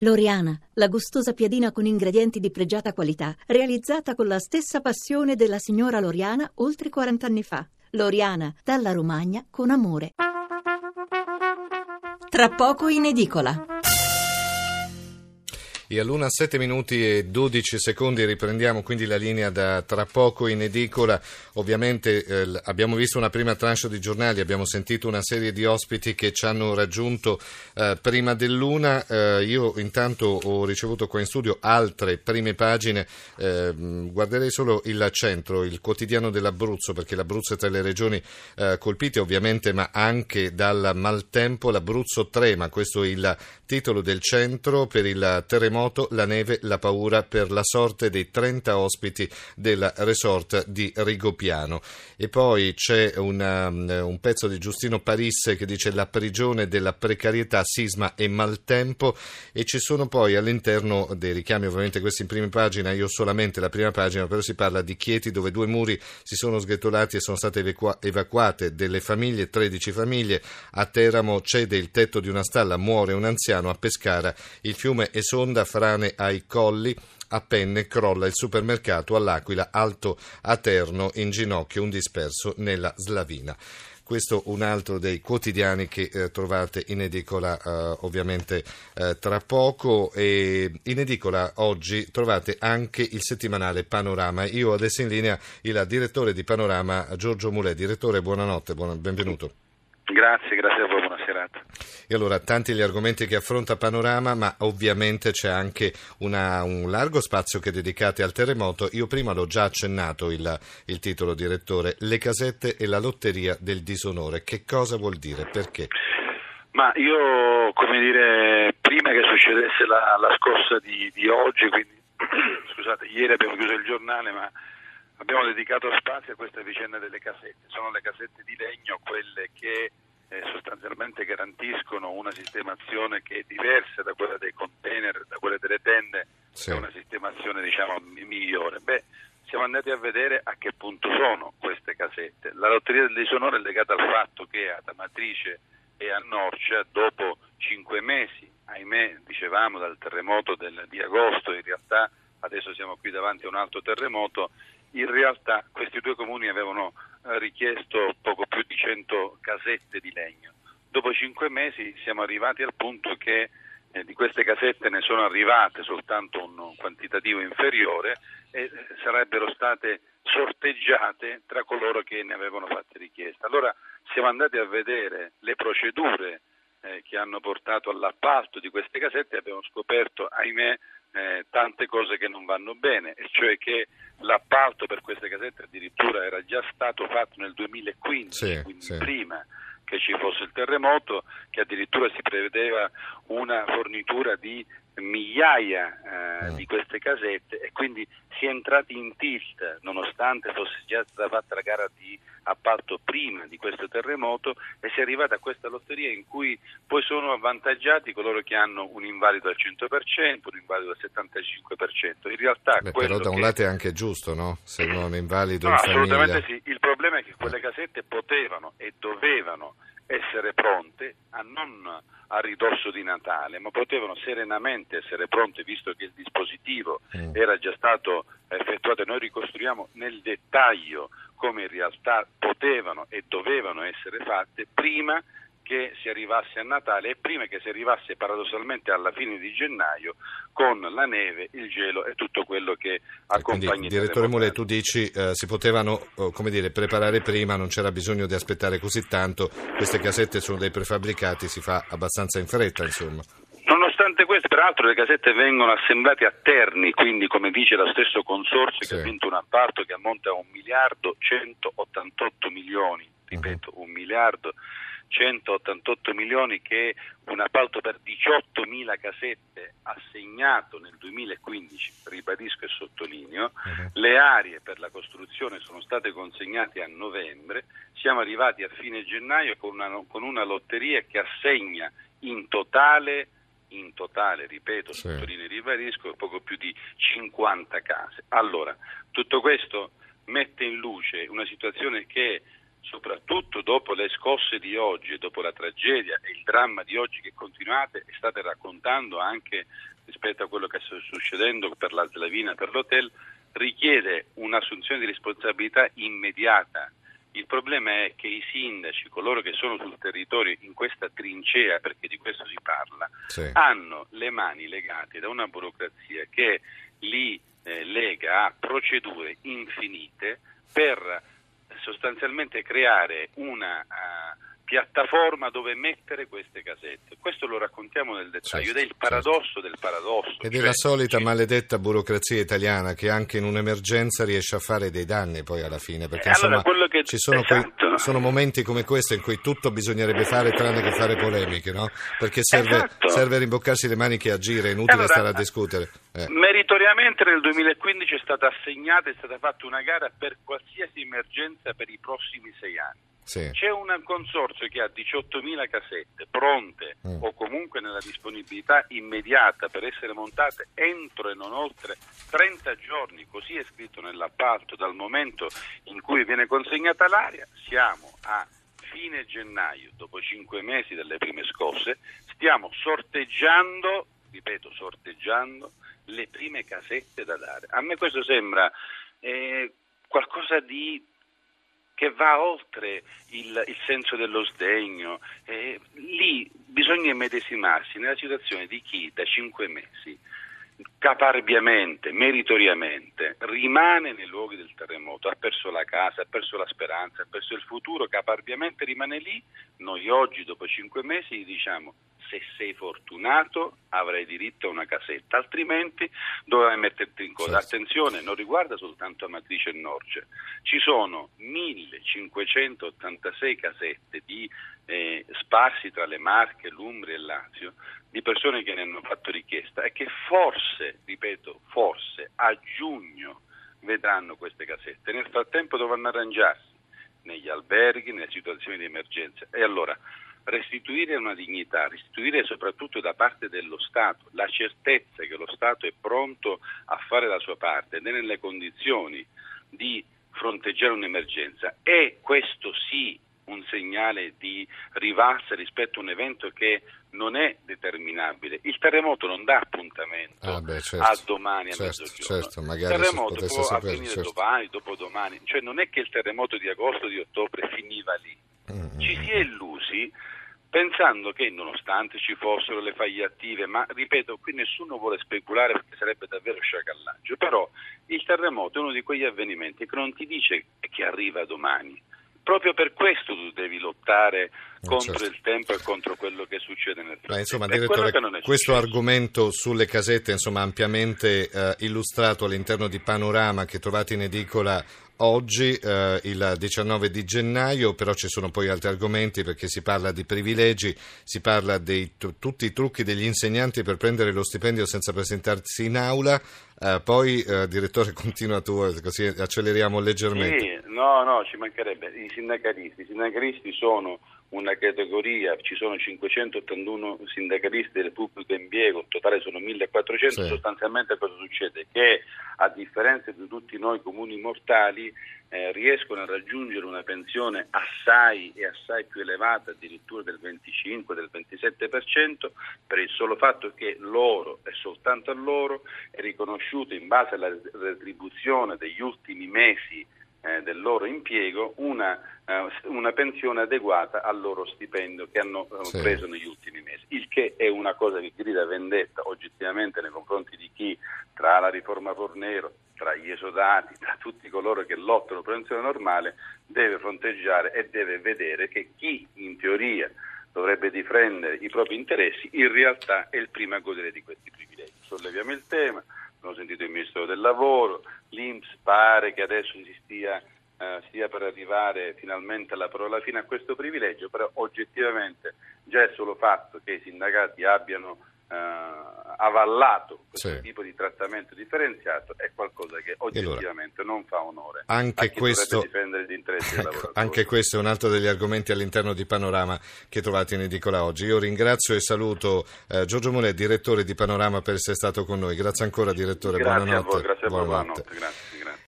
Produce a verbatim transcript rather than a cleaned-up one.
Loriana, la gustosa piadina con ingredienti di pregiata qualità, realizzata con la stessa passione della signora Loriana oltre quaranta anni fa. Loriana, dalla Romagna con amore. Tra poco in edicola. E all'una sette minuti e dodici secondi riprendiamo quindi la linea da Tra poco in edicola. Ovviamente eh, abbiamo visto una prima tranche di giornali, abbiamo sentito una serie di ospiti che ci hanno raggiunto eh, prima dell'una. Eh, io intanto ho ricevuto qua in studio altre prime pagine, eh, guarderei solo il centro, il quotidiano dell'Abruzzo, perché l'Abruzzo è tra le regioni eh, colpite ovviamente, ma anche dal maltempo. L'Abruzzo trema, questo è il titolo del centro, per il terremoto. La neve, la paura per la sorte dei trenta ospiti del resort di Rigopiano. E poi c'è una, un pezzo di Giustino Parisse che dice la prigione della precarietà, sisma e maltempo, e ci sono poi all'interno dei richiami, ovviamente questi in prima pagina, io solamente la prima pagina, però si parla di Chieti dove due muri si sono sgretolati e sono state evacua- evacuate delle famiglie, tredici famiglie. A Teramo cede il tetto di una stalla, muore un anziano. A Pescara il fiume esonda, frane ai colli. A Penne crolla il supermercato. All'Aquila alto Aterno in ginocchio un disperso nella Slavina. Questo un altro dei quotidiani che eh, trovate in edicola eh, ovviamente eh, tra poco. E in edicola oggi trovate anche il settimanale Panorama. Io adesso in linea il direttore di Panorama, Giorgio Mulè. Direttore, buonanotte, buon, benvenuto. Grazie, grazie a voi, buona serata. E allora, tanti gli argomenti che affronta Panorama, ma ovviamente c'è anche una, un largo spazio che dedicate al terremoto. Io prima l'ho già accennato il, il titolo, direttore, le casette e la lotteria del disonore. Che cosa vuol dire? Perché? Ma io, come dire, prima che succedesse la, la scossa di, di oggi, quindi scusate, ieri abbiamo chiuso il giornale, ma abbiamo dedicato spazio a questa vicenda delle casette. Sono le casette di legno quelle che eh, sostanzialmente garantiscono una sistemazione che è diversa da quella dei container, da quelle delle tende, sì. È una sistemazione diciamo migliore. Beh, siamo andati a vedere a che punto sono queste casette. La lotteria del disonore è legata al fatto che ad Amatrice e a Norcia, dopo cinque mesi, ahimè, dicevamo dal terremoto del, di agosto, in realtà adesso siamo qui davanti a un altro terremoto. In realtà questi due comuni avevano eh, richiesto poco più di cento casette di legno. Dopo cinque mesi siamo arrivati al punto che eh, di queste casette ne sono arrivate soltanto un quantitativo inferiore e eh, sarebbero state sorteggiate tra coloro che ne avevano fatte richiesta. Allora siamo andati a vedere le procedure eh, che hanno portato all'appalto di queste casette e abbiamo scoperto, ahimè, Eh, tante cose che non vanno bene, e cioè che l'appalto per queste casette addirittura era già stato fatto nel duemilaquindici, sì, quindi sì. Prima che ci fosse il terremoto, che addirittura si prevedeva una fornitura di migliaia eh, mm. di queste casette, e quindi si è entrati in tilt nonostante fosse già stata fatta la gara di appalto prima di questo terremoto, e si è arrivata a questa lotteria in cui poi sono avvantaggiati coloro che hanno un invalido al cento per cento, un invalido al settantacinque per cento. In realtà Beh, quello però da un che... lato è anche giusto, no? Se non invalido no, in famiglia. assolutamente sì. Il problema è che quelle casette potevano e dovevano essere pronte a non a ridosso di Natale, ma potevano serenamente essere pronte, visto che il dispositivo mm. era già stato effettuato. Noi ricostruiamo nel dettaglio come in realtà potevano e dovevano essere fatte prima che si arrivasse a Natale e prima che si arrivasse paradossalmente alla fine di gennaio con la neve, il gelo e tutto quello che accompagna. Quindi, direttore Mulè, tu dici eh, si potevano eh, come dire, preparare prima, non c'era bisogno di aspettare così tanto, queste casette sono dei prefabbricati, si fa abbastanza in fretta, insomma. Nonostante questo, peraltro, le casette vengono assemblate a Terni, quindi come dice lo stesso consorzio, sì, che ha vinto un appalto che ammonta a un miliardo centottantotto milioni, ripeto, uh-huh. un miliardo centottantotto milioni, che è un appalto per diciottomila casette assegnato nel duemilaquindici, ribadisco e sottolineo. Uh-huh. Le aree per la costruzione sono state consegnate a novembre, siamo arrivati a fine gennaio con una, con una lotteria che assegna in totale, in totale, ripeto, sì, sottolineo e ribadisco, poco più di cinquanta case. Allora, tutto questo mette in luce una situazione che soprattutto dopo le scosse di oggi, dopo la tragedia e il dramma di oggi che continuate e state raccontando anche rispetto a quello che sta succedendo per la Slavina, per l'hotel, richiede un'assunzione di responsabilità immediata. Il problema è che i sindaci, coloro che sono sul territorio in questa trincea, perché di questo si parla, sì. hanno le mani legate da una burocrazia che li eh, lega a procedure infinite per sostanzialmente creare una uh, piattaforma dove mettere queste casette. Questo lo raccontiamo nel dettaglio, certo, ed è il paradosso certo. del paradosso. Ed cioè, è la solita ci... maledetta burocrazia italiana che anche in un'emergenza riesce a fare dei danni poi alla fine, perché eh, insomma allora, che... ci sono, esatto. quei, sono momenti come questo in cui tutto bisognerebbe fare tranne che fare polemiche, no? Perché serve, esatto. serve rimboccarsi le maniche e agire, è inutile allora, stare a discutere. Eh. Meritoriamente nel duemilaquindici è stata assegnata, è stata fatta una gara per qualsiasi emergenza per i prossimi sei anni. Sì. C'è un consorzio che ha diciottomila casette pronte mm. o comunque nella disponibilità immediata per essere montate entro e non oltre trenta giorni, così è scritto nell'appalto, dal momento in cui viene consegnata l'area. Siamo a fine gennaio, dopo cinque mesi dalle prime scosse, stiamo sorteggiando, ripeto sorteggiando, le prime casette da dare. A me questo sembra eh, qualcosa di che va oltre il, il senso dello sdegno. Eh, lì bisogna immedesimarsi nella situazione di chi da cinque mesi caparbiamente, meritoriamente rimane nei luoghi del terremoto, ha perso la casa, ha perso la speranza, ha perso il futuro, caparbiamente rimane lì. Noi oggi dopo cinque mesi gli diciamo: se sei fortunato avrai diritto a una casetta, altrimenti dovrai metterti in coda. Attenzione, non riguarda soltanto Amatrice e Norge, ci sono millecinquecentottantasei casette di eh, sparsi tra le Marche, l'Umbria e il Lazio, di persone che ne hanno fatto richiesta e che forse, ripeto, forse a giugno vedranno queste casette. Nel frattempo dovranno arrangiarsi negli alberghi, nelle situazioni di emergenza. E allora restituire una dignità, restituire soprattutto da parte dello Stato la certezza che lo Stato è pronto a fare la sua parte ed è nelle condizioni di fronteggiare un'emergenza, è questo sì un segnale di rivalsa rispetto a un evento che non è determinabile. Il terremoto non dà appuntamento ah beh, certo, a domani a certo, mezzogiorno. Certo, magari il terremoto può sapere, avvenire certo. domani, dopodomani, cioè non è che il terremoto di agosto, di ottobre finiva lì. Mm-hmm. Ci si è illusi pensando che nonostante ci fossero le faglie attive, ma ripeto, qui nessuno vuole speculare perché sarebbe davvero sciacallaggio, però il terremoto è uno di quegli avvenimenti che non ti dice che arriva domani. Proprio per questo tu devi lottare contro certo. il tempo e contro quello che succede nel frattempo. Ma insomma, direttore, questo argomento sulle casette, insomma, ampiamente eh, illustrato all'interno di Panorama che trovate in edicola oggi, eh, il diciannove di gennaio, però ci sono poi altri argomenti perché si parla di privilegi, si parla di t- tutti i trucchi degli insegnanti per prendere lo stipendio senza presentarsi in aula. Uh, poi, uh, direttore, continua tu, così acceleriamo leggermente. Sì, no, no, ci mancherebbe. I sindacalisti. I sindacalisti sono una categoria, ci sono cinquecentottantuno sindacalisti del pubblico impiego, in totale sono millequattrocento. Sì. Sostanzialmente cosa succede? Che a differenza di tutti noi comuni mortali eh, riescono a raggiungere una pensione assai e assai più elevata, addirittura del venticinque, del ventisette per cento, per il solo fatto che loro e soltanto a loro è riconosciuto in base alla retribuzione degli ultimi mesi eh, del loro impiego una, eh, una pensione adeguata al loro stipendio che hanno eh, sì. preso negli ultimi mesi, il che è una cosa che grida vendetta oggettivamente nei confronti di chi tra la riforma Fornero, tra gli esodati, tra tutti coloro che lottano per una pensione normale, deve fronteggiare e deve vedere che chi in teoria dovrebbe difendere i propri interessi in realtà è il primo a godere di questi privilegi. Solleviamo il tema, abbiamo sentito il Ministro del Lavoro, l'I N P S pare che adesso si stia, eh, stia per arrivare finalmente alla parola fine a questo privilegio, però oggettivamente già il solo fatto che i sindacati abbiano Uh, avallato questo sì. tipo di trattamento differenziato è qualcosa che oggettivamente allora, non fa onore anche a chi questo, dovrebbe difendere gli interessi ecco, dei lavoratori. Anche questo è un altro degli argomenti all'interno di Panorama che trovate in edicola oggi. Io ringrazio e saluto uh, Giorgio Mulè, direttore di Panorama, per essere stato con noi. Grazie ancora, direttore. Grazie buonanotte. a voi, grazie a voi, buonanotte. buonanotte. Grazie.